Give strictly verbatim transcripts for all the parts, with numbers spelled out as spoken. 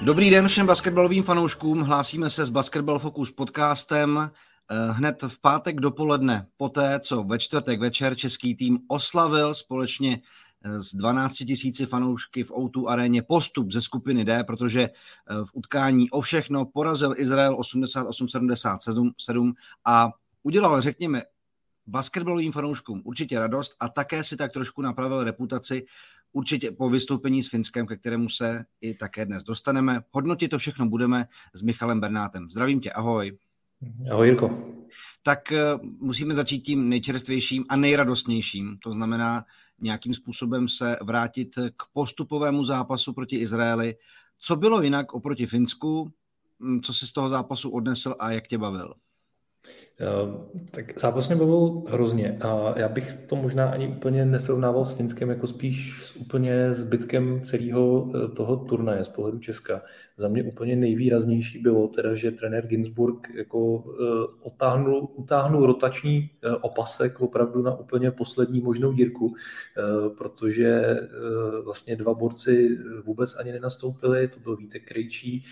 Dobrý den všem basketbalovým fanouškům, hlásíme se s Basketball Focus podcastem hned v pátek dopoledne, poté co ve čtvrtek večer český tým oslavil společně s dvanácti tisíci fanoušky v ó dva aréně postup ze skupiny D, protože v utkání o všechno porazil Izrael osmdesát osm sedmdesát sedm a udělal, řekněme, basketbalovým fanouškům určitě radost a také si tak trošku napravil reputaci určitě po vystoupení s Finskem, ke kterému se i také dnes dostaneme. Hodnotit to všechno budeme s Michalem Bernátem. Zdravím tě, ahoj. Ahoj, Jirko. Tak uh, musíme začít tím nejčerstvějším a nejradostnějším. To znamená nějakým způsobem se vrátit k postupovému zápasu proti Izraeli. Co bylo jinak oproti Finsku? Co jsi z toho zápasu odnesl a jak tě bavil? Tak zápas mě bavil hrozně a já bych to možná ani úplně nesrovnával s Finskem, jako spíš s úplně zbytkem celého toho turnaje z pohledu Česka. Za mě úplně nejvýraznější bylo teda, že trenér Ginzburg jako otáhnul, utáhnul rotační opasek opravdu na úplně poslední možnou dírku, protože vlastně dva borci vůbec ani nenastoupili, to byl Vítek Krejčí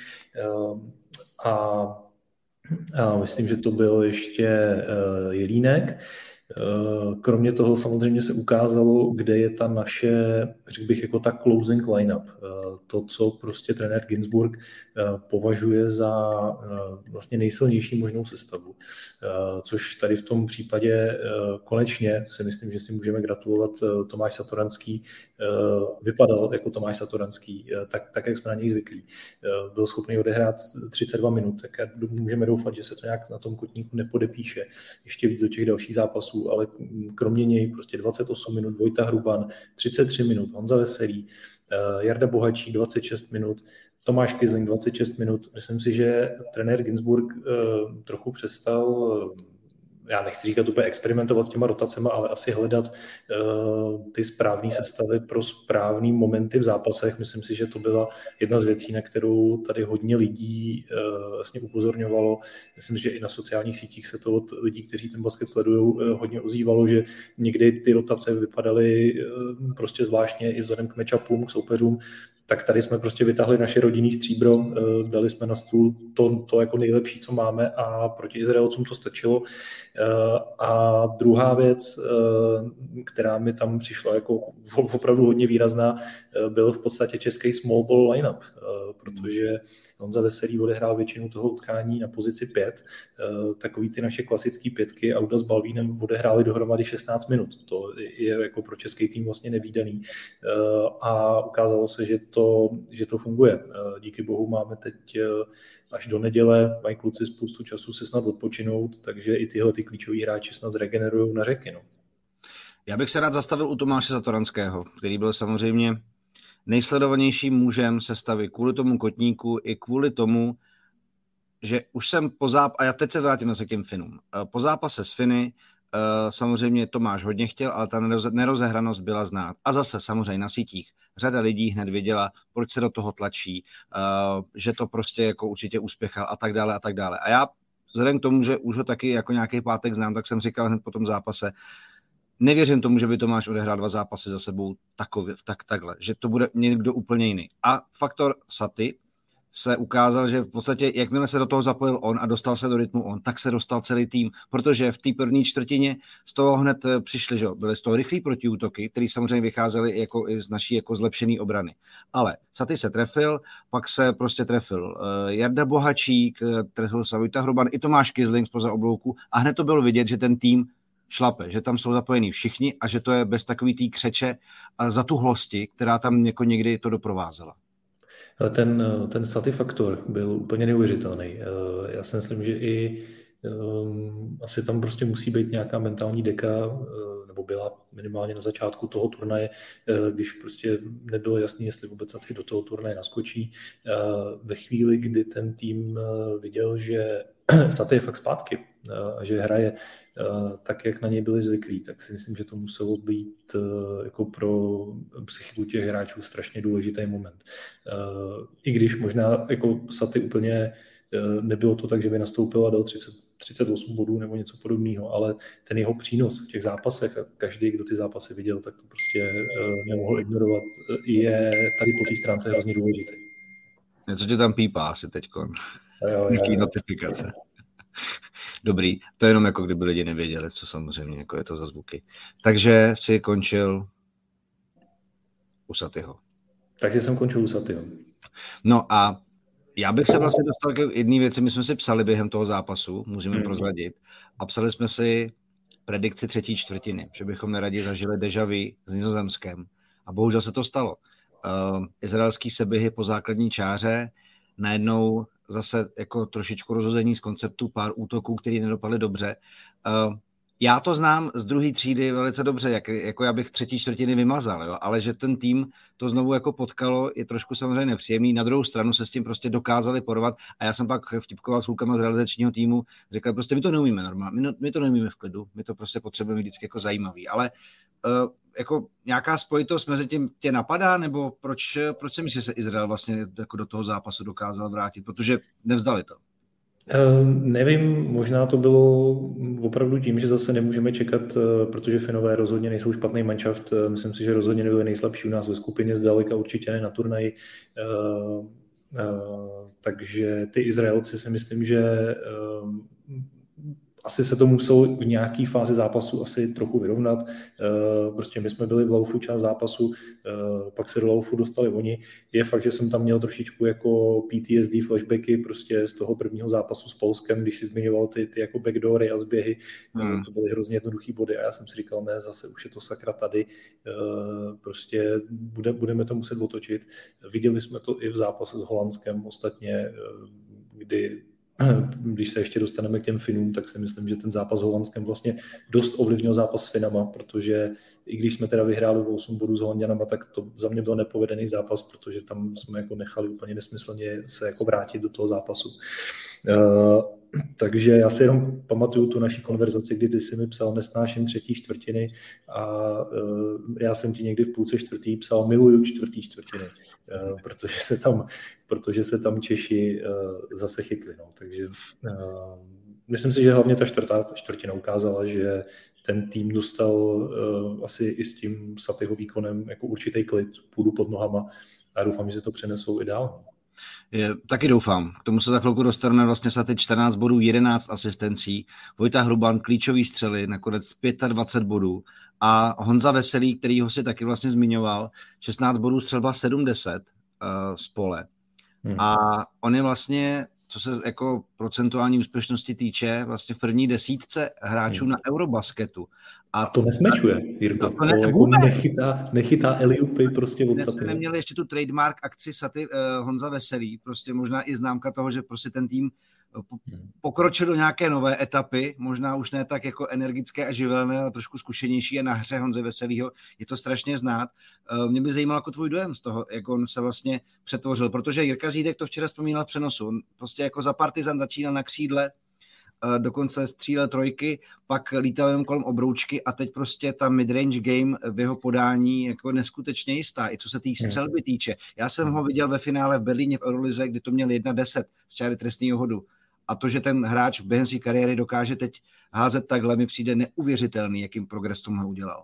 a A myslím, že to byl ještě uh, Jelínek. Uh, kromě toho samozřejmě se ukázalo, kde je ta naše, řekl bych, jako ta closing lineup. Uh, to, co prostě trenér Ginzburg uh, považuje za uh, vlastně nejsilnější možnou sestavu. Uh, což tady v tom případě uh, konečně si myslím, že si můžeme gratulovat. Uh, Tomáš Satoranský uh, vypadal jako Tomáš Satoranský, uh, tak, tak, jak jsme na něj zvyklí. Uh, byl schopný odehrát třicet dva minut, tak můžeme doufat, že se to nějak na tom kotníku nepodepíše. Ještě víc do těch dalších zápasů, ale kromě něj prostě dvacet osm minut Vojta Hruban, třicet tři minut Honza Veselý, Jarda Bohačík dvacet šest minut, Tomáš Kizling dvacet šest minut. Myslím si, že trenér Ginzburg trochu přestal, já nechci říkat úplně experimentovat s těma rotacema, ale asi hledat uh, ty správné sestavy pro správné momenty v zápasech. Myslím si, že to byla jedna z věcí, na kterou tady hodně lidí uh, vlastně upozorňovalo. Myslím, že i na sociálních sítích se to od lidí, kteří ten basket sledují, uh, hodně ozývalo, že někdy ty rotace vypadaly uh, prostě zvláštně i vzhledem k matchupům, k soupeřům. Tak tady jsme prostě vytáhli naše rodinný stříbro, dali jsme na stůl to, to jako nejlepší, co máme a proti Izraelcům to stačilo. A druhá věc, která mi tam přišla jako opravdu hodně výrazná, byl v podstatě český small ball lineup, protože Honza Veselý odehrál většinu toho utkání na pozici pět. Takový ty naše klasické pětky Auda s Balvínem odehráli dohromady šestnáct minut. To je jako pro český tým vlastně nevídaný. A ukázalo se, že to, že to funguje. Díky bohu máme teď až do neděle, mají kluci spoustu času se snad odpočinout, takže i tyhle ty klíčoví hráči snad zregenerujou na řeky. No. Já bych se rád zastavil u Tomáše Satoranského, který byl samozřejmě nejsledovanějším mužem sestavy kvůli tomu kotníku i kvůli tomu, že už jsem po zápase, a já teď se vrátím se k těm Finům, po zápase s Finy samozřejmě Tomáš hodně chtěl, ale ta nerozehranost byla znát. A zase samozřejmě na sítích řada lidí hned věděla, proč se do toho tlačí, že to prostě jako určitě uspěchal a tak dále a tak dále. A já vzhledem k tomu, že už ho taky jako nějaký pátek znám, tak jsem říkal hned po tom zápase, nevěřím tomu, že by Tomáš odehrál dva zápasy za sebou takově, tak, takhle, že to bude někdo úplně jiný. A faktor Saty se ukázal, že v podstatě, jakmile se do toho zapojil on a dostal se do rytmu on, tak se dostal celý tým, protože v té první čtvrtině z toho hned přišli, že byly z toho rychlý protiútoky, které samozřejmě vycházely jako i z naší jako zlepšený obrany. Ale Saty se trefil, pak se prostě trefil Jarda Bohačík, trefil se Vojta Hruban, i Tomáš Kizling zpoza oblouku a hned to bylo vidět, že ten tým šlape, že tam jsou zapojení všichni a že to je bez takový tý křeče a zatuhlosti, která tam jako někdy to doprovázela. Ten, ten Saty faktor byl úplně neuvěřitelný. Já si myslím, že i um, asi tam prostě musí být nějaká mentální deka, nebo byla minimálně na začátku toho turnaje, když prostě nebylo jasný, jestli vůbec Saty do toho turnaje naskočí. Ve chvíli, kdy ten tým viděl, že Saty je fakt zpátky a že hraje tak, jak na něj byli zvyklí, tak si myslím, že to muselo být jako pro psychiku těch hráčů strašně důležitý moment. I když možná jako Saty úplně nebylo to tak, že by nastoupil a dal třicet, třicet osm bodů nebo něco podobného, ale ten jeho přínos v těch zápasech a každý, kdo ty zápasy viděl, tak to prostě nemohl ignorovat, je tady po té stránce hrozně důležitý. Něco tě tam pípá asi teďkon. Nějaký notifikace. Dobrý, to je jenom jako kdyby lidi nevěděli, co samozřejmě jako je to za zvuky. Takže si končil u Satyho. Takže jsem končil u Satyho. No a já bych se vlastně dostal k jedné věci. My jsme si psali během toho zápasu, můžeme hmm. prozradit, a psali jsme si predikci třetí čtvrtiny, že bychom neradi zažili déjà vu s Nizozemskem. A bohužel se to stalo. Uh, izraelský sebihy po základní čáře, najednou zase jako trošičku rozhození z konceptu, pár útoků, který nedopadly dobře. Uh, já to znám z druhé třídy velice dobře, jak, jako já bych třetí čtvrtiny vymazal, jo? Ale že ten tým to znovu jako potkalo, je trošku samozřejmě nepříjemný. Na druhou stranu se s tím prostě dokázali porvat a já jsem pak vtipkoval s klukama z realizačního týmu, řekl, prostě my to neumíme normálně, my, my to neumíme v klidu, my to prostě potřebujeme vždycky jako zajímavý, ale uh, jako nějaká spojitost mezi tím tě napadá, nebo proč, proč si myslíš, že se Izrael vlastně jako do toho zápasu dokázal vrátit, protože nevzdali to? Uh, nevím, možná to bylo opravdu tím, že zase nemůžeme čekat, uh, protože Finové rozhodně nejsou špatný manšaft. Uh, myslím si, že rozhodně nebyli nejslabší u nás ve skupině, zdaleka určitě ne na turnaji. Uh, uh, takže ty Izraelci si myslím, že uh, asi se to muselo v nějaký fázi zápasu asi trochu vyrovnat. Prostě my jsme byli v laufu část zápasu, pak se do laufu dostali oni. Je fakt, že jsem tam měl trošičku jako P T S D flashbacky prostě z toho prvního zápasu s Polskem, když si zmiňoval ty, ty jako backdoory a zběhy. Hmm. To byly hrozně jednoduchý body a já jsem si říkal, ne, zase už je to sakra tady. Prostě bude, budeme to muset otočit. Viděli jsme to i v zápase s Holandskem ostatně, kdy když se ještě dostaneme k těm Finům, tak si myslím, že ten zápas s Holandskem vlastně dost ovlivnil zápas s Finama, protože i když jsme teda vyhráli o osm bodů s Holanďanama, tak to za mě byl nepovedený zápas, protože tam jsme jako nechali úplně nesmyslně se jako vrátit do toho zápasu. Uh, takže já si jenom pamatuju tu naší konverzaci, kdy ty si mi psal nesnáším třetí čtvrtiny a uh, já jsem ti někdy v půlce čtvrtý psal miluju čtvrtý čtvrtiny, uh, protože se tam, protože se tam Češi uh, zase chytli. No. Takže uh, myslím si, že hlavně ta čtvrtá čtvrtina ukázala, že ten tým dostal uh, asi i s tím Satyho výkonem jako určitý klid, půdu pod nohama a doufám, že se to přenesou i dál. Je, taky doufám. K tomu se za chvilku dostaneme vlastně Saty čtrnáct bodů, jedenáct asistencí, Vojta Hruban klíčový střely, nakonec dvacet pět bodů a Honza Veselý, který ho si taky vlastně zmiňoval, šestnáct bodů, střelba sedmdesát uh, z pole. Hmm. A on je vlastně, co se jako procentuální úspěšnosti týče, vlastně v první desítce hráčů hmm. na Eurobasketu. A, a to nesmečuje, Jirko. To, ne, to jako nechytá, nechytá eliupy prostě od Saty. Jsme neměli ještě tu trademark akci Saty uh, Honza Veselý, prostě možná i známka toho, že prostě ten tým pokročil do nějaké nové etapy, možná už ne tak jako energické a živelné, ale trošku zkušenější a na hře Honze Veselýho je to strašně znát. Mě by zajímalo jako tvůj dojem z toho, jak on se vlastně přetvořil, protože Jirka Řídek to včera vzpomínal v přenosu. On prostě jako za Partizan začínal na křídle, dokonce střílel trojky, pak lítal jenom kolem obroučky a teď prostě ta midrange game v jeho podání jako neskutečně jistá, i co se té střelby týče. Já jsem ho viděl ve finále v Berlíně v Eurolize, kdy to měl jedna deset z čáry trestného hodu. A to, že ten hráč během své kariéry dokáže teď házet takhle, mi přijde neuvěřitelný, jakým progres tomu udělal.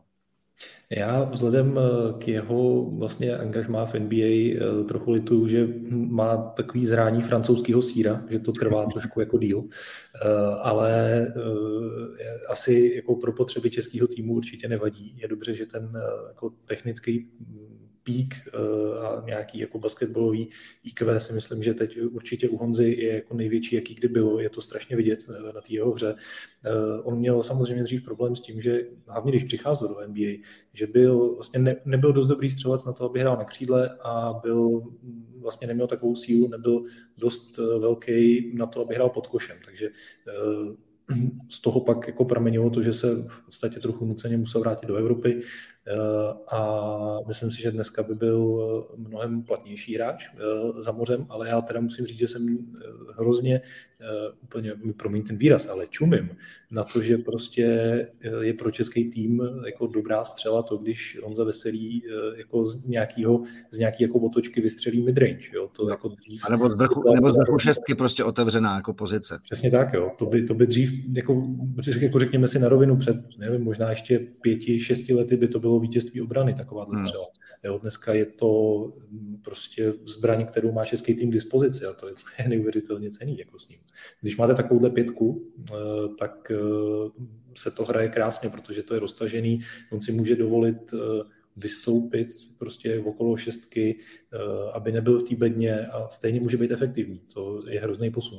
Já vzhledem k jeho vlastně angažmá v N B A trochu lituju, že má takový zrání francouzského sýra, že to trvá trošku jako díl, ale asi jako pro potřeby českého týmu určitě nevadí. Je dobře, že ten jako technický pík a nějaký jako basketbalový í kvé si myslím, že teď určitě u Honzy je jako největší, jaký kdy bylo. Je to strašně vidět na té jeho hře. On měl samozřejmě dřív problém s tím, že hlavně když přicházel do N B A, že byl vlastně ne, nebyl dost dobrý střelec na to, aby hrál na křídle a byl vlastně neměl takovou sílu, nebyl dost velký na to, aby hrál pod košem. Takže z toho pak jako pramenilo to, že se v podstatě trochu nuceně musel vrátit do Evropy a myslím si, že dneska by byl mnohem platnější hráč za mořem, ale já teda musím říct, že jsem hrozně, úplně mi promiň ten výraz, ale čumím na to, že prostě je pro český tým jako dobrá střela to, když Honza Veselý jako z nějakého, z nějaký jako otočky vystřelí midrange, jo, to jako dřív. A nebo z vrchu, nebo z vrchu šestky prostě otevřená jako pozice. Přesně tak, jo, to by, to by dřív, jako, jako řekněme si na rovinu před, nevím, možná ještě pěti, šesti lety by to bylo bylo vítězství obrany, takováhle střela. Jo, dneska je to prostě zbraň, kterou má český tým k dispozici a to je neuvěřitelně cenný jako s ním. Když máte takovouhle pětku, tak se to hraje krásně, protože to je roztažený, on si může dovolit vystoupit prostě okolo šestky, aby nebyl v té bedně a stejně může být efektivní. To je hrozný posun.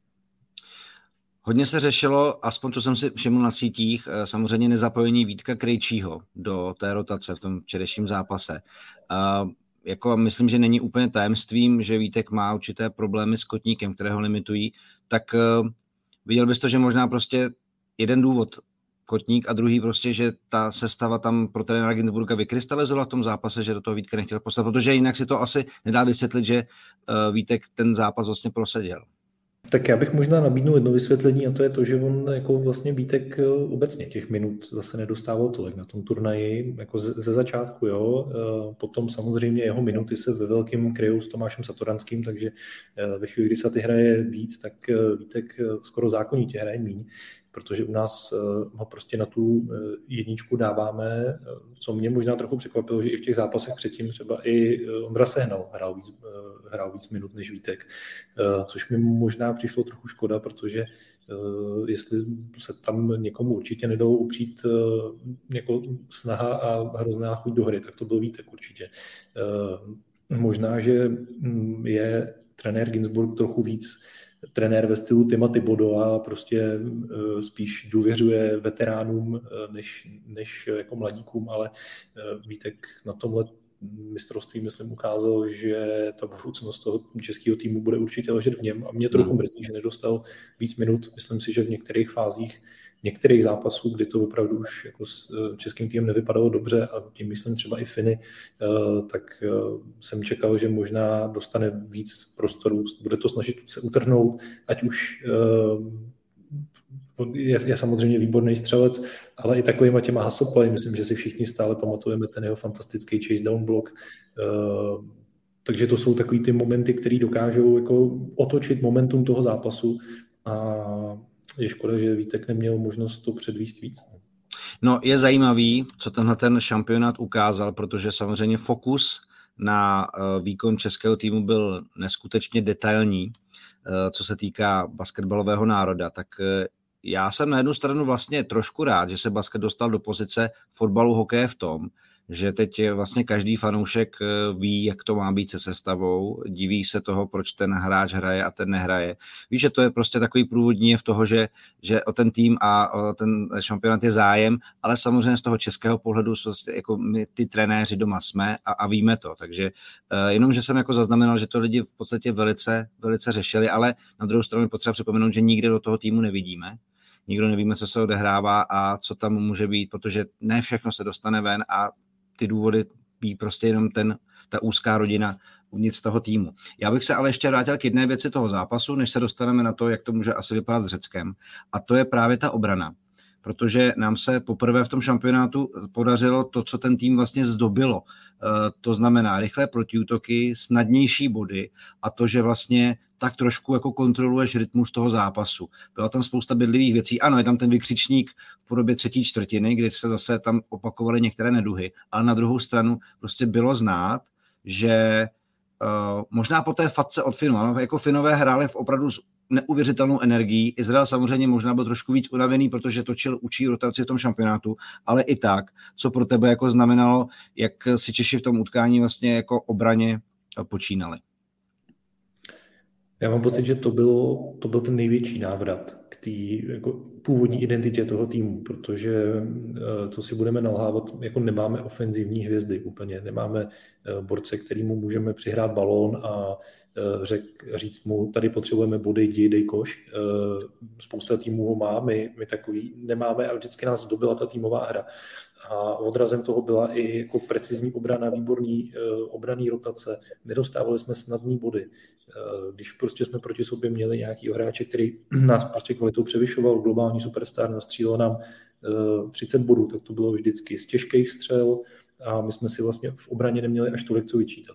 Hodně se řešilo, aspoň co jsem si všiml na sítích, samozřejmě nezapojení Vítka Krejčího do té rotace v tom včerejším zápase. Uh, jako myslím, že není úplně tajemstvím, že Vítek má určité problémy s kotníkem, které ho limitují, tak uh, viděl bys to, že možná prostě jeden důvod kotník a druhý prostě, že ta sestava tam pro trenéra Günzburga vykrystalizovala v tom zápase, že do toho Vítka nechtěl poslat, protože jinak si to asi nedá vysvětlit, že uh, Vítek ten zápas vlastně proseděl. Tak já bych možná nabídnul jedno vysvětlení a to je to, že on jako vlastně Vítek obecně těch minut zase nedostával tolik na tom turnaji, jako ze začátku, jo. Potom samozřejmě jeho minuty se ve velkým kryjou s Tomášem Satoranským, takže ve chvíli, kdy se ty hraje víc, tak Vítek skoro zákonitě hraje míň, protože u nás ho prostě na tu jedničku dáváme, co mě možná trochu překvapilo, že i v těch zápasech předtím třeba i Ondra Sehnal hrál víc, hrál víc minut než Vítek, což mi možná přišlo trochu škoda, protože jestli se tam někomu určitě nedalo upřít jako snaha a hrozná chuť do hry, tak to byl Vítek určitě. Možná, že je trenér Günzburg trochu víc trenér ve stylu Tima Thibodeau a prostě uh, spíš důvěřuje veteránům uh, než, než jako mladíkům, ale uh, Vítek na tomhle mistrovství, myslím, ukázal, že ta budoucnost toho českého týmu bude určitě ležet v něm a mě trochu mrzí, že nedostal víc minut. Myslím si, že v některých fázích některých zápasů, kdy to opravdu už jako s českým týmem nevypadalo dobře a tím myslím třeba i Finy, tak jsem čekal, že možná dostane víc prostoru, bude to snažit se utrhnout, ať už je, je samozřejmě výborný střelec, ale i takovýma těma hasoplay, myslím, že si všichni stále pamatujeme ten jeho fantastický chase down block, takže to jsou takový ty momenty, které dokážou jako otočit momentum toho zápasu a je škoda, že Vítek neměl možnost to předvíst víc. No, je zajímavý, co tenhle ten šampionát ukázal, protože samozřejmě fokus na výkon českého týmu byl neskutečně detailní, co se týká basketbalového národa, tak já jsem na jednu stranu vlastně trošku rád, že se basket dostal do pozice fotbalu, hokeje v tom, že teď vlastně každý fanoušek ví, jak to má být se sestavou, diví se toho, proč ten hráč hraje a ten nehraje. Víš, že to je prostě takový průvodní v toho, že, že o ten tým a o ten šampionát je zájem, ale samozřejmě z toho českého pohledu jako my ty trenéři doma jsme a, a víme to. Takže jenom, že jsem jako zaznamenal, že to lidi v podstatě velice, velice řešili, ale na druhou stranu potřeba připomenout, že nikde do toho týmu nevidíme. Nikdo nevíme, co se odehrává a co tam může být, protože ne všechno se dostane ven a ty důvody ví prostě jenom ten, ta úzká rodina uvnitř toho týmu. Já bych se ale ještě vrátil k jedné věci toho zápasu, než se dostaneme na to, jak to může asi vypadat s Řeckem. A to je právě ta obrana. Protože nám se poprvé v tom šampionátu podařilo to, co ten tým vlastně zdobilo. To znamená rychlé protiútoky, snadnější body a to, že vlastně tak trošku jako kontroluješ rytmus toho zápasu. Byla tam spousta bydlivých věcí. Ano, je tam ten vykřičník v podobě třetí čtvrtiny, kdy se zase tam opakovaly některé neduhy, ale na druhou stranu prostě bylo znát, že uh, možná po té fatce od Finu, ano, jako Finové hráli v opravdu s neuvěřitelnou energií. Izrael samozřejmě možná byl trošku víc unavený, protože točil učí rotaci v tom šampionátu, ale i tak, co pro tebe jako znamenalo, jak si Češi v tom utkání vlastně jako obraně počínali. Já mám pocit, že to, bylo, to byl ten největší návrat k té jako původní identitě toho týmu, protože to si budeme nalhávat, jako nemáme ofenzivní hvězdy úplně, nemáme borce, kterýmu můžeme přihrát balón a řek, říct mu, tady potřebujeme body, jdi, dej koš. Spousta týmů ho má, my, my takový nemáme a vždycky nás dobila ta týmová hra. A odrazem toho byla i jako precizní obrana, výborný obranný rotace. Nedostávali jsme snadný body. Když prostě jsme proti sobě měli nějaký hráče, který nás prostě kvalitou převyšoval, globální superstar, nastřílel nám třicet bodů, tak to bylo vždycky z těžkých střel a my jsme si vlastně v obraně neměli až tolik co vyčítat.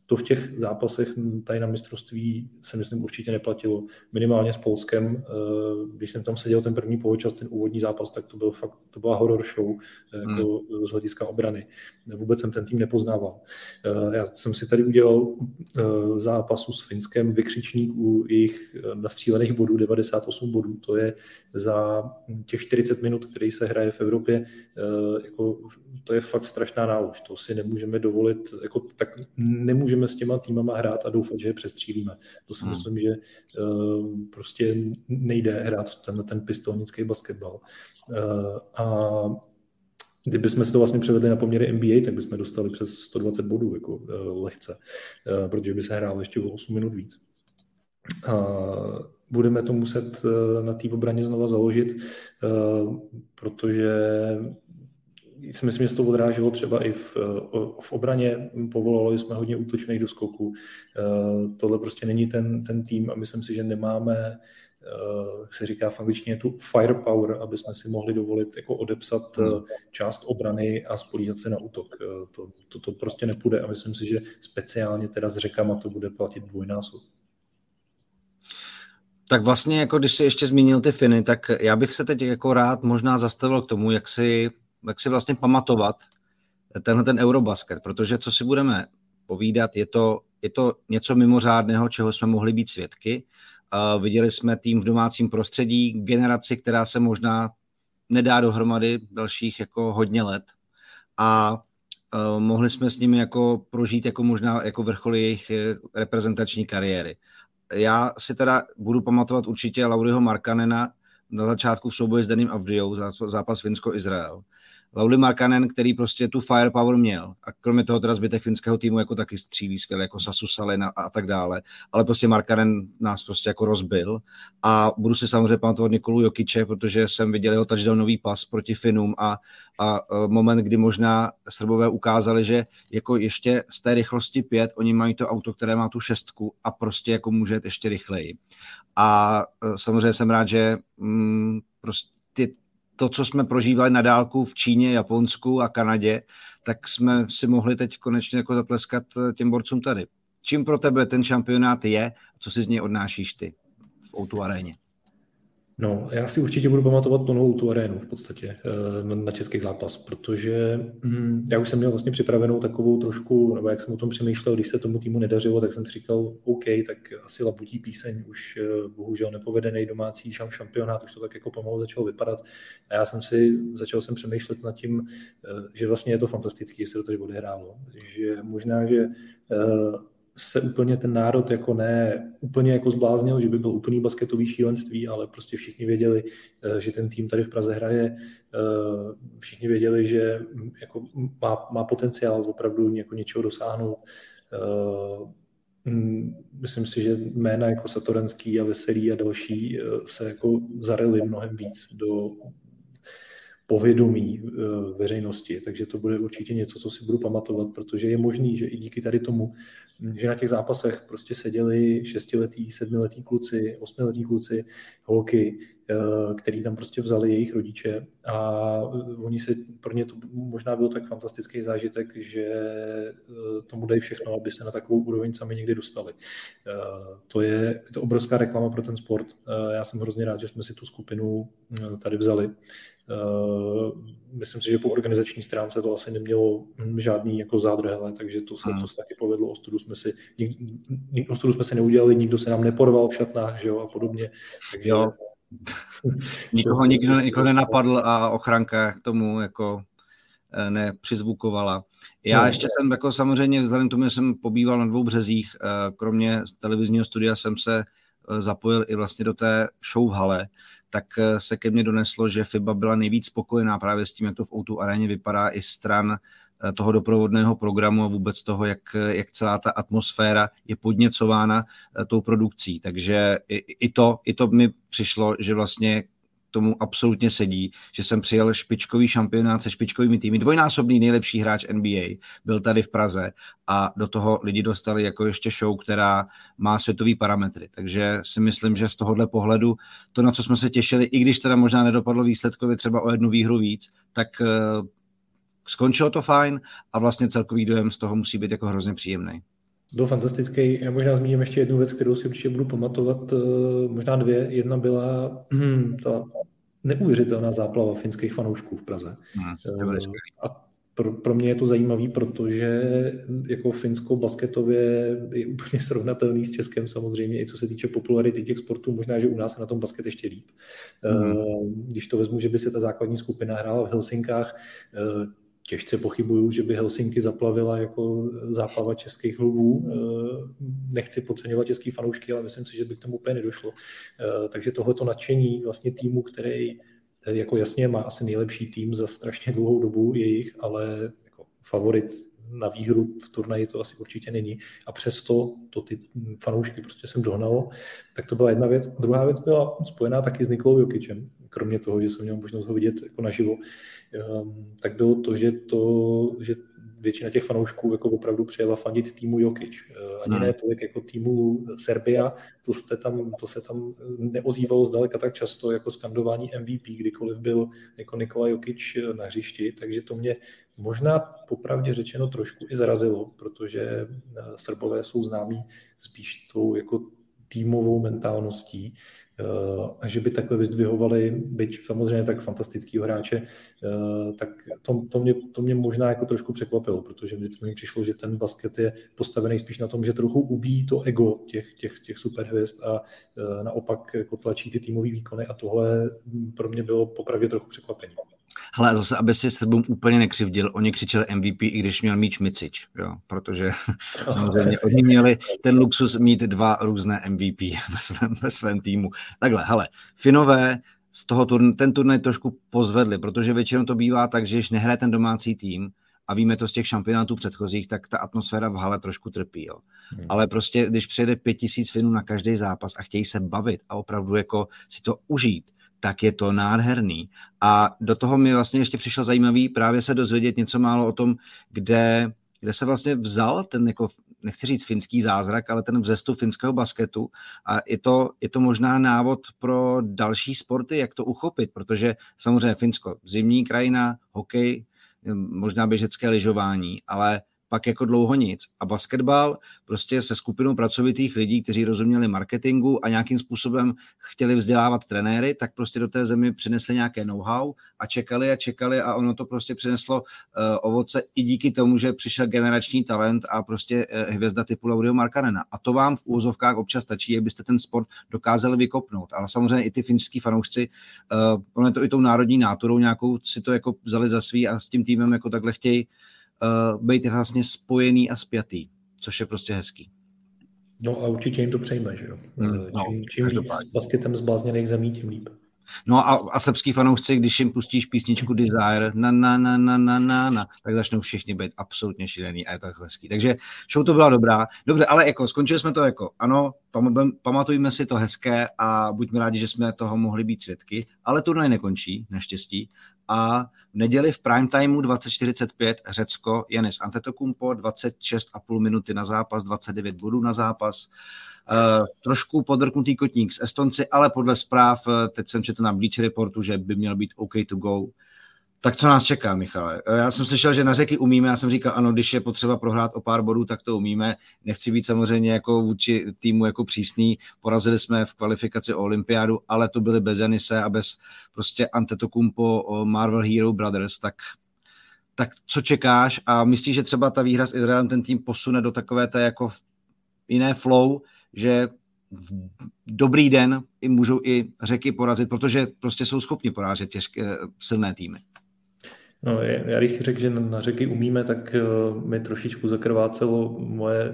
to v těch zápasech tady na mistrovství se myslím určitě neplatilo. Minimálně s Polskem, když jsem tam seděl ten první poločas, ten úvodní zápas, tak to byl fakt, to byla horror show jako hmm. z hlediska obrany. Vůbec jsem ten tým nepoznával. Já jsem si tady udělal zápasu s Finskem vykřičník u jejich nastřílených bodů, devadesát osm bodů. To je za těch čtyřicet minut, který se hraje v Evropě, jako, to je fakt strašná nálož. To si nemůžeme dovolit, jako, tak nemůžeme s těma týmama hrát a doufat, že je přestřílíme. To si hmm. myslím, že uh, prostě nejde hrát ten, ten pistolnický basketbal. Uh, a kdybychom si to vlastně převedli na poměry N B A, tak bychom dostali přes sto dvacet bodů jako uh, lehce, uh, protože by se hrálo ještě o osm minut víc. Uh, budeme to muset uh, na té obraně znova založit, uh, protože si myslím, že se to odráželo třeba i v, v obraně, povolali jsme hodně útočných doskoků. Tohle prostě není ten, ten tým a myslím si, že nemáme, se říká v angličtině, tu firepower, aby jsme si mohli dovolit jako odepsat část obrany a spolíhat se na útok. To, to, to prostě nepůjde a myslím si, že speciálně teda s Řekama to bude platit dvojnásob. Tak vlastně, jako když jsi ještě zmínil ty Finy, tak já bych se teď jako rád možná zastavil k tomu, jak si jak si vlastně pamatovat tenhle ten Eurobasket, protože co si budeme povídat, je to, je to něco mimořádného, čeho jsme mohli být svědky. Uh, viděli jsme tým v domácím prostředí, generaci, která se možná nedá dohromady dalších jako hodně let a uh, mohli jsme s nimi jako prožít jako možná jako vrcholy jejich reprezentační kariéry. Já si teda budu pamatovat určitě Lauriho Markkanena na začátku v souboji s Danem Avdiou, zápas Finsko-Izrael. Lauri Markkanen, který prostě tu firepower měl. A kromě toho teda zbytek finského týmu jako taky střílí skvěle, jako Sasu Salin a, a tak dále. Ale prostě Markkanen nás prostě jako rozbil. A budu si samozřejmě pamatovat Nikolu Jokiče, protože jsem viděl jeho touchdownový pas proti Finům a, a moment, kdy možná Srbové ukázali, že jako ještě z té rychlosti pět, oni mají to auto, které má tu šestku a prostě jako může jít ještě rychleji. A samozřejmě jsem rád, že mm, prostě to, co jsme prožívali na dálku v Číně, Japonsku a Kanadě, tak jsme si mohli teď konečně jako zatleskat těm borcům tady. Čím pro tebe ten šampionát je, co si z něj odnášíš ty v ó dva aréně? No, já si určitě budu pamatovat tu novou tu arénu v podstatě na český zápas, protože hm, já už jsem měl vlastně připravenou takovou trošku, nebo jak jsem o tom přemýšlel, když se tomu týmu nedařilo, tak jsem si říkal, OK, tak asi Labutí píseň, už bohužel nepovedený domácí šampionát, už to tak jako pomalu začalo vypadat. A já jsem si, začal jsem přemýšlet nad tím, že vlastně je to fantastický, že se to tady odehrálo, že možná, že se úplně ten národ jako ne úplně jako zbláznil, že by byl úplný basketový šílenství, ale prostě všichni věděli, že ten tým tady v Praze hraje, všichni věděli, že jako má, má potenciál opravdu jako něčeho dosáhnout. Myslím si, že jména jako Satoranský a Veselý a další se jako zarili mnohem víc do povědomí veřejnosti, takže to bude určitě něco, co si budu pamatovat, protože je možný, že i díky tady tomu, že na těch zápasech prostě seděli šestiletí, sedmiletí kluci, osmiletí kluci, holky, který tam prostě vzali jejich rodiče a oni se, pro ně to možná byl tak fantastický zážitek, že tomu dají všechno, aby se na takovou úroveň sami někdy dostali. To je, to obrovská reklama pro ten sport. Já jsem hrozně rád, že jsme si tu skupinu tady vzali. Myslím si, že po organizační stránce to asi nemělo žádný jako zádrhele, takže to se, to se taky povedlo. Ostudu jsme si, nik, ostudu jsme si neudělali, nikdo se nám neporval v šatnách, že jo, a podobně. Takže jo. Nikoho nikdo, nikoho nenapadl a ochranka k tomu jako nepřizvukovala. Já no. ještě jsem jako samozřejmě vzhledem k tomu, že jsem pobýval na dvou březích, kromě televizního studia jsem se zapojil i vlastně do té show v hale, tak se ke mně doneslo, že FIBA byla nejvíc spokojená právě s tím, jak to v ó dva aréně vypadá i stran toho doprovodného programu a vůbec toho, jak, jak celá ta atmosféra je podněcována tou produkcí. Takže i, i, to, i to mi přišlo, že vlastně tomu absolutně sedí, že jsem přijel špičkový šampionát se špičkovými týmy, dvojnásobný nejlepší hráč N B A, byl tady v Praze a do toho lidi dostali jako ještě show, která má světový parametry. Takže si myslím, že z tohohle pohledu to, na co jsme se těšili, i když teda možná nedopadlo výsledkově třeba o jednu výhru víc, tak uh, skončilo to fajn a vlastně celkový dojem z toho musí být jako hrozně příjemný. Byl fantastický. Já možná zmíním ještě jednu věc, kterou si určitě budu pamatovat, možná dvě. Jedna byla ta neuvěřitelná záplava finských fanoušků v Praze. Hmm, a pro, pro mě je to zajímavý, protože jako Finsko basketově je úplně srovnatelný s Českem samozřejmě, i co se týče popularity těch sportů, možná, že u nás je na tom basket ještě líp. Hmm. Když to vezmu, že by se ta základní skupina hrála v Helsinkách, těžce pochybuju, že by Helsinki zaplavila jako záplava českých lvů. Nechci podceňovat český fanoušky, ale myslím si, že by k tomu úplně nedošlo. Takže tohleto nadšení vlastně týmu, který jako jasně má asi nejlepší tým za strašně dlouhou dobu jejich, ale jako favorit na výhru v turnaji to asi určitě není. A přesto to ty fanoušky prostě jsem dohnalo. Tak to byla jedna věc. Druhá věc byla spojená taky s Nikolou Jokičem. Kromě toho, že jsem měl možnost ho vidět jako naživo, tak bylo to, že, to, že většina těch fanoušků jako opravdu přijela fandit týmu Jokič. Ani ne tolik jako týmu Serbia, to, jste tam, to se tam neozývalo zdaleka tak často jako skandování M V P, kdykoliv byl jako Nikola Jokič na hřišti, takže to mě možná popravdě řečeno trošku i zarazilo, protože Srbové jsou známí spíš tou jako týmovou mentálností, a že by takhle vyzdvihovali, byť samozřejmě tak fantastického hráče, tak to, to, mě, to mě možná jako trošku překvapilo, protože vždycky mi přišlo, že ten basket je postavený spíš na tom, že trochu ubíjí to ego těch, těch, těch superhvězd a naopak jako tlačí ty týmový výkony a tohle pro mě bylo popravdě trochu překvapení. Hele, zase, aby si Srbům úplně nekřivdil, oni křičeli M V P, i když měl míč Micič, jo, protože samozřejmě oni měli ten luxus mít dva různé M V P ve svém, ve svém týmu. Takhle, hele, Finové z toho turn, ten turnaj trošku pozvedli, protože většinou to bývá tak, že když nehraje ten domácí tým, a víme to z těch šampionátů předchozích, tak ta atmosféra v hale trošku trpí. Jo. Hmm. Ale prostě, když přijede pět tisíc Finů na každý zápas a chtějí se bavit a opravdu jako si to užít, tak je to nádherný. A do toho mi vlastně ještě přišlo zajímavý právě se dozvědět něco málo o tom, kde, kde se vlastně vzal ten, jako, nechci říct finský zázrak, ale ten vzestup finského basketu. A je to, je to možná návod pro další sporty, jak to uchopit, protože samozřejmě Finsko, zimní krajina, hokej, možná běžecké lyžování, ale pak jako dlouho nic. A basketbal prostě se skupinou pracovitých lidí, kteří rozuměli marketingu a nějakým způsobem chtěli vzdělávat trenéry, tak prostě do té zemi přinesli nějaké know-how a čekali a čekali a ono to prostě přineslo uh, ovoce i díky tomu, že přišel generační talent a prostě uh, hvězda typu Lauriho Markkanena. A to vám v úvozovkách občas stačí, abyste ten sport dokázali vykopnout. Ale samozřejmě i ty finští fanoušci, uh, ono je to i tou národní náturou nějakou si to jako vzali za svý a s tím týmem jako takhle chtějí Uh, být vlastně spojený a spjatý, což je prostě hezký. No a určitě jim to přejme, že jo? Mm, no, čím čím víc basketem zblázněných zemí, tím líp. No a, a srbský fanoušci, když jim pustíš písničku Desire, na, na, na, na, na, na, na, tak začnou všichni být absolutně šílený a je to hezký. Takže show to byla dobrá. Dobře, ale jako skončili jsme to jako, ano, pamatujme si to hezké a buďme rádi, že jsme toho mohli být svědky, ale turnaj nekončí, naštěstí. A v neděli v prime timeu dvacet čtyřicet pět Řecko, Giannis Antetokounmpo, dvacet šest a půl minuty na zápas, dvacet devět bodů na zápas. Uh, trošku podrknutý kotník s Estonci, ale podle zpráv, teď jsem četl na Bleacher Reportu, že by měl být OK to go. Tak co nás čeká, Michale? Já jsem slyšel, že na Řeky umíme, já jsem říkal, ano, když je potřeba prohrát o pár bodů, tak to umíme. Nechci být samozřejmě jako vůči týmu jako přísný. Porazili jsme v kvalifikaci o olympiádu, ale to byly bez Giannise a bez prostě Antetokounmpo, Marvel Hero Brothers, tak tak co čekáš a myslíš, že třeba ta výhra s Izraelem ten tým posune do takové té jako jiné flow, že v dobrý den i můžou i Řeky porazit, protože prostě jsou schopni porážet těžké silné týmy. No, já když si řekl, že na Řeky umíme, tak uh, mi trošičku zakrvácelo moje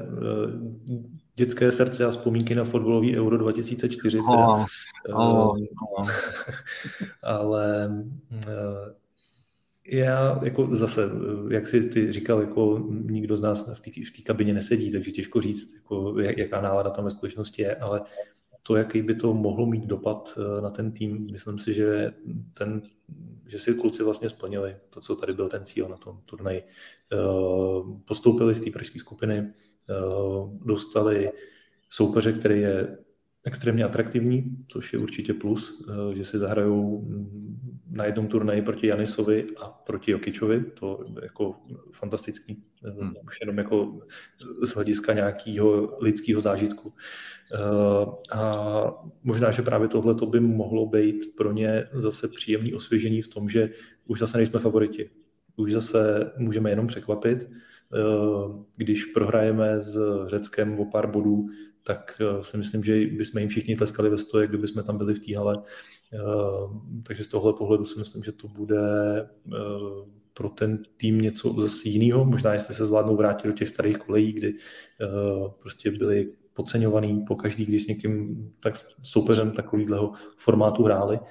uh, dětské srdce a vzpomínky na fotbalový Euro dva tisíce čtyři. Oh, teda, oh, uh, ale uh, já jako zase, jak jsi ty říkal, jako nikdo z nás v té v té kabině nesedí, takže těžko říct, jako, jaká nálada tam ve skutečnosti je, ale to, jaký by to mohlo mít dopad na ten tým, myslím si, že ten, že si kluci vlastně splnili to, co tady byl ten cíl na tom turnaji. Postoupili z té pražské skupiny, dostali soupeře, který je extrémně atraktivní, což je určitě plus, že si zahrajou na jednom turnaji proti Janisovi a proti Jokićovi, to je jako fantastický, hmm. už jenom jako z hlediska nějakého lidského zážitku. A možná, že právě tohle to by mohlo být pro ně zase příjemný osvěžení v tom, že už zase nejsme favoriti. Už zase můžeme jenom překvapit. Když prohrajeme s Řeckem o pár bodů, tak si myslím, že bychom jim všichni tleskali ve stoje, kdyby jsme tam byli v té hale. Takže z tohle pohledu si myslím, že to bude pro ten tým něco zase jiného. Možná jestli se zvládnou vrátit do těch starých kolejí, kdy prostě byli podceňovaný pokaždý, když s někým tak soupeřem takovýhleho formátu hráli.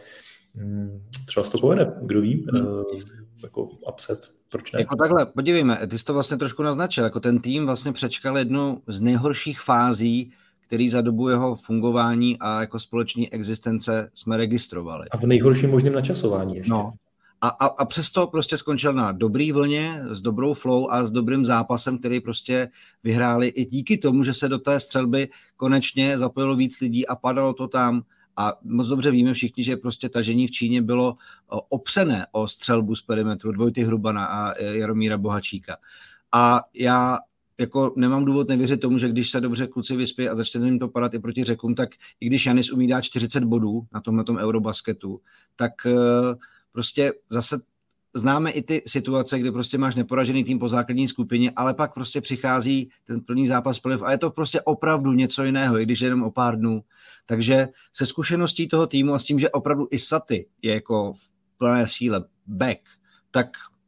Třeba se to povede, kdo ví, hmm. jako upset, proč ne? Jako takhle, podívejme, ty jsi to vlastně trošku naznačil, jako ten tým vlastně přečkal jednu z nejhorších fází, který za dobu jeho fungování a jako společní existence jsme registrovali. A v nejhorším možném načasování ještě. No. A, a, a přesto prostě skončil na dobrý vlně, s dobrou flow a s dobrým zápasem, který prostě vyhráli i díky tomu, že se do té střelby konečně zapojilo víc lidí a padalo to tam. A moc dobře víme všichni, že prostě tažení v Číně bylo opřené o střelbu z perimetru Vojty Hrubana a Jaromíra Bohačíka. A já jako nemám důvod nevěřit tomu, že když se dobře kluci vyspí a začne jim to padat i proti Řekům, tak i když Janis umí dát čtyřicet bodů na tomhletom Eurobasketu, tak prostě zase známe i ty situace, kdy prostě máš neporažený tým po základní skupině, ale pak prostě přichází ten plný zápas pliv a je to prostě opravdu něco jiného, i když je jenom o pár dnů. Takže se zkušeností toho týmu a s tím, že opravdu i Saty je jako v plné síle back, tak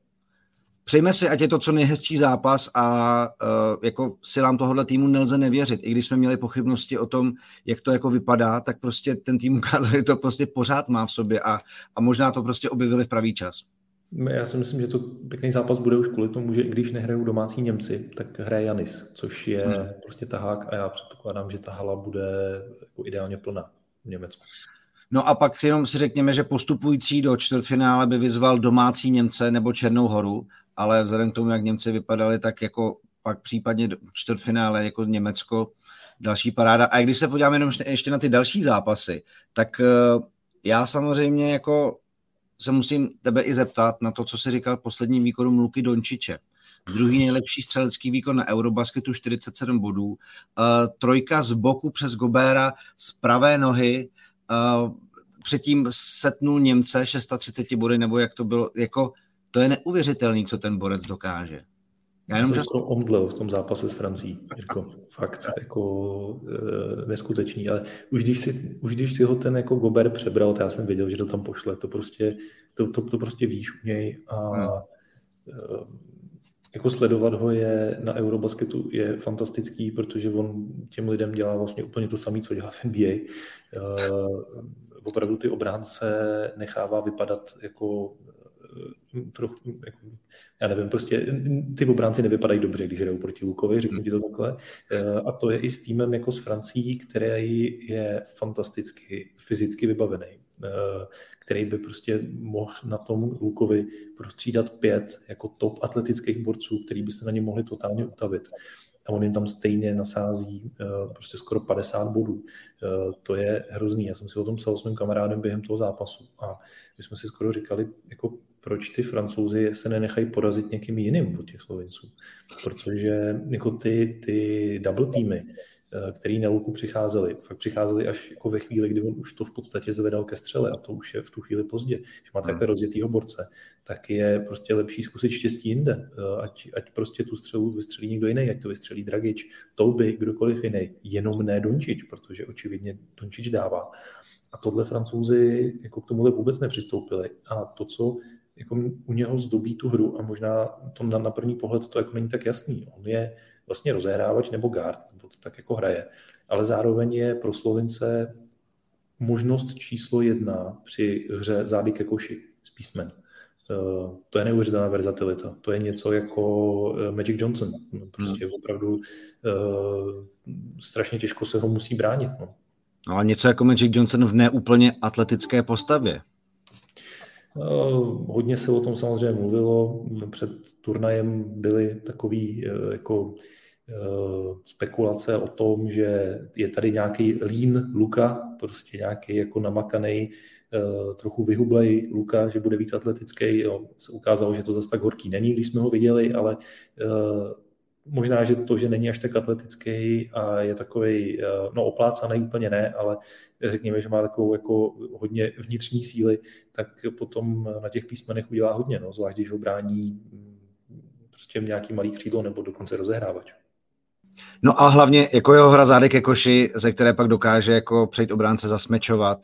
přejme si, ať je to co nejhezčí zápas a uh, jako silám tohohle týmu nelze nevěřit. I když jsme měli pochybnosti o tom, jak to jako vypadá, tak prostě ten tým ukázal, že to prostě pořád má v sobě a, a možná to prostě objevili v pravý čas. Já si myslím, že to pěkný zápas bude už kvůli tomu, že i když nehrajou domácí Němci, tak hraje Janis, což je hmm. prostě tahák a já předpokládám, že ta hala bude jako ideálně plná v Německu. No a pak jenom si řekněme, že postupující do čtvrtfinále by vyzval domácí Němce nebo Černou Horu, ale vzhledem k tomu, jak Němci vypadali, tak jako pak případně do čtvrtfinále jako Německo, další paráda. A když se podíváme jenom ještě na ty další zápasy, tak já samozřejmě jako se musím tebe i zeptat na to, co jsi říkal posledním výkonu Luky Dončiče. Druhý nejlepší střelecký výkon na Eurobasketu, čtyřicet sedm bodů. Uh, trojka z boku přes Gobera z pravé nohy. Uh, předtím setnul Němce třicet šest body, nebo jak to bylo. Jako, to je neuvěřitelný, co ten borec dokáže. Já jenom čas... omdlel v tom zápase s Francií. Jako, fakt jako e, neskutečný. Ale už když, si, už když si ho ten jako Gober přebral, to já jsem věděl, že to tam pošle. To prostě, to, to, to prostě víš u něj. A e, jako sledovat ho je na Eurobasketu je fantastický, protože on těm lidem dělá vlastně úplně to samé, co dělá v N B A. E, opravdu ty obránce nechává vypadat jako trochu, jako, já nevím, prostě ty obránci nevypadají dobře, když jdou proti Lukovi, řeknu ti to takhle. A to je i s týmem jako s Francií, který je fantasticky fyzicky vybavený, který by prostě mohl na tom Lukovi prostřídat pět jako top atletických borců, který by se na ně mohli totálně utavit. A on jim tam stejně nasází prostě skoro padesát bodů. To je hrozný. Já jsem si o tom psal s mým kamarádem během toho zápasu a my jsme si skoro říkali, jako proč ty Francouzi se nenechají porazit někým jiným od těch Slovinců. Protože jako ty, ty double týmy, který na Luku přicházeli, fakt přicházeli až jako ve chvíli, kdy on už to v podstatě zvedal ke střele a to už je v tu chvíli pozdě. Když máte takhle rozjetýho borce, tak je prostě lepší zkusit štěstí jinde. Ať, ať prostě tu střelu vystřelí někdo jiný, ať to vystřelí Dragič, Touby, kdokoliv jiný, jenom ne Dončič, protože očividně Dončič dává. A tohle Francouzi jako k tomuhle vůbec nepřistoupili. A to, co jako u něho zdobí tu hru a možná to na, na první pohled to jako není tak jasný. On je vlastně rozehrávač nebo guard, nebo to tak jako hraje, ale zároveň je pro Slovince možnost číslo jedna při hře zády ke koši z písmen. Uh, to je neuvěřitelná versatilita. To je něco jako Magic Johnson. Prostě hmm. opravdu uh, strašně těžko se ho musí bránit. No. No a něco jako Magic Johnson v neúplně atletické postavě. Uh, hodně se o tom samozřejmě mluvilo. Před turnajem byly takový uh, jako spekulace o tom, že je tady nějaký lean Luka, prostě nějaký jako namakanej, trochu vyhublej Luka, že bude víc atletický. Jo, se ukázalo, že to zase tak horký není, když jsme ho viděli, ale možná, že to, že není až tak atletický a je takovej, no oplácaný úplně ne, ale řekněme, že má takovou jako hodně vnitřní síly, tak potom na těch písmenech udělá hodně, no, zvlášť když ho brání prostě nějaký malý křídlo nebo dokonce rozehrávač. No a hlavně jako jeho hra zádek ke koši, ze které pak dokáže jako přejít obránce zasmečovat.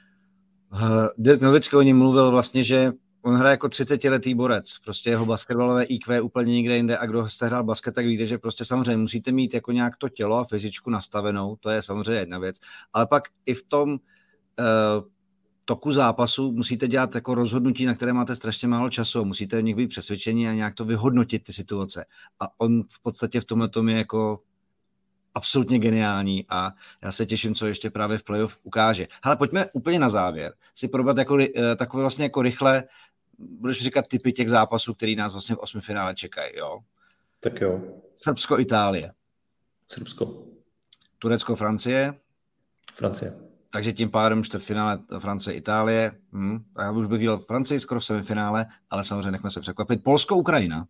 Dirk Nowitzki o něm mluvil vlastně, že on hraje jako třicetiletý borec, prostě jeho basketbalové í kvé úplně nikde jinde a kdo jste hrál basket, tak víte, že prostě samozřejmě musíte mít jako nějak to tělo a fyzičku nastavenou, to je samozřejmě jedna věc, ale pak i v tom uh, toku zápasu musíte dělat jako rozhodnutí, na které máte strašně málo času, musíte v nich být přesvědčení a nějak to vyhodnotit ty situace a on v podstatě v tomhle tom je jako absolutně geniální a já se těším, co ještě právě v playoff ukáže. Hele, pojďme úplně na závěr si probrat jako, takové vlastně jako rychle, budeš říkat typy těch zápasů, který nás vlastně v osmifinále čekají, jo? Tak jo. Srbsko, Itálie. Srbsko. Turecko, Francie. Francie. Takže tím pádem čtvrtfinále Francie, Itálie. Hm. A já už bych viděl Francii skoro v semifinále, ale samozřejmě nechme se překvapit. Polsko, Ukrajina.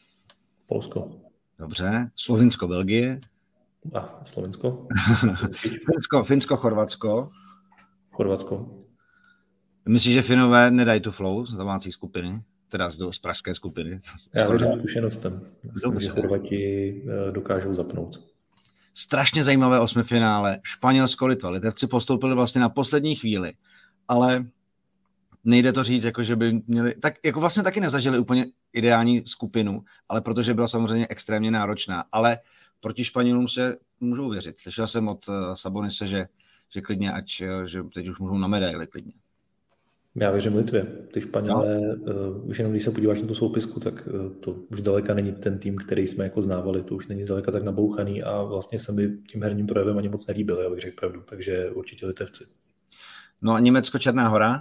Polsko. Dobře. Slovinsko, Belgie. A Slovensko. Finsko, Finsko, Chorvatsko. Chorvatsko. Myslíš, že Finové nedají tu flow z domácí skupiny? Teda z, z pražské skupiny? Já věřím zkušenostem. Myslím, že Chorvati dokážou zapnout. Strašně zajímavé osmifinále. Španělsko, Litva. Litevci postoupili vlastně na poslední chvíli, ale nejde to říct, jako že by měli, tak jako vlastně taky nezažili úplně ideální skupinu, ale protože byla samozřejmě extrémně náročná, ale proti Španělům se můžou věřit. Slyšel jsem od Sabonise, že, že klidně, ať, že teď už můžou na medaily klidně. Já věřím Litvě. Ty Španělé, no. uh, už jenom když se podíváš na tu soupisku, tak uh, to už daleka není ten tým, který jsme jako znávali, to už není zdaleka tak nabouchaný a vlastně se mi tím herním projevem ani moc nelíbil, já bych řekl pravdu, takže určitě Litevci. No a Německo, Černá Hora?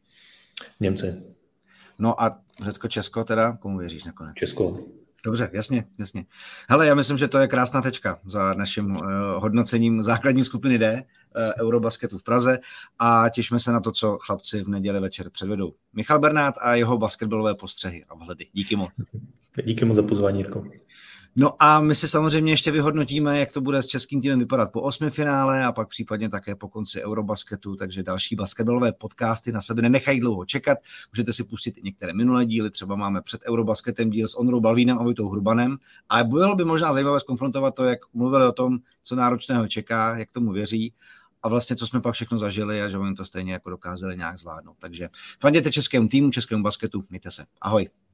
Němci. No a Řecko, Česko teda? Komu věříš nakonec? Česko. Dobře, jasně, jasně. Hele, já myslím, že to je krásná tečka za naším uh, hodnocením základní skupiny D uh, Eurobasketu v Praze a těšíme se na to, co chlapci v neděli večer předvedou. Michal Bernát a jeho basketbalové postřehy a vhledy. Díky moc. Díky moc za pozvání, Jirko. No a my si samozřejmě ještě vyhodnotíme, jak to bude s českým týmem vypadat po osmifinále a pak případně také po konci Eurobasketu, takže další basketbalové podcasty na sebe nenechají dlouho čekat. Můžete si pustit i některé minulé díly, třeba máme před Eurobasketem díl s Ondrou Balvínem a Vojtou Hrubanem a bylo by možná zajímavé zkonfrontovat to, jak mluvili o tom, co náročného čeká, jak tomu věří a vlastně co jsme pak všechno zažili a že oni to stejně jako dokázali nějak zvládnout. Takže fanděte českému týmu, českému basketu, mějte se. Ahoj.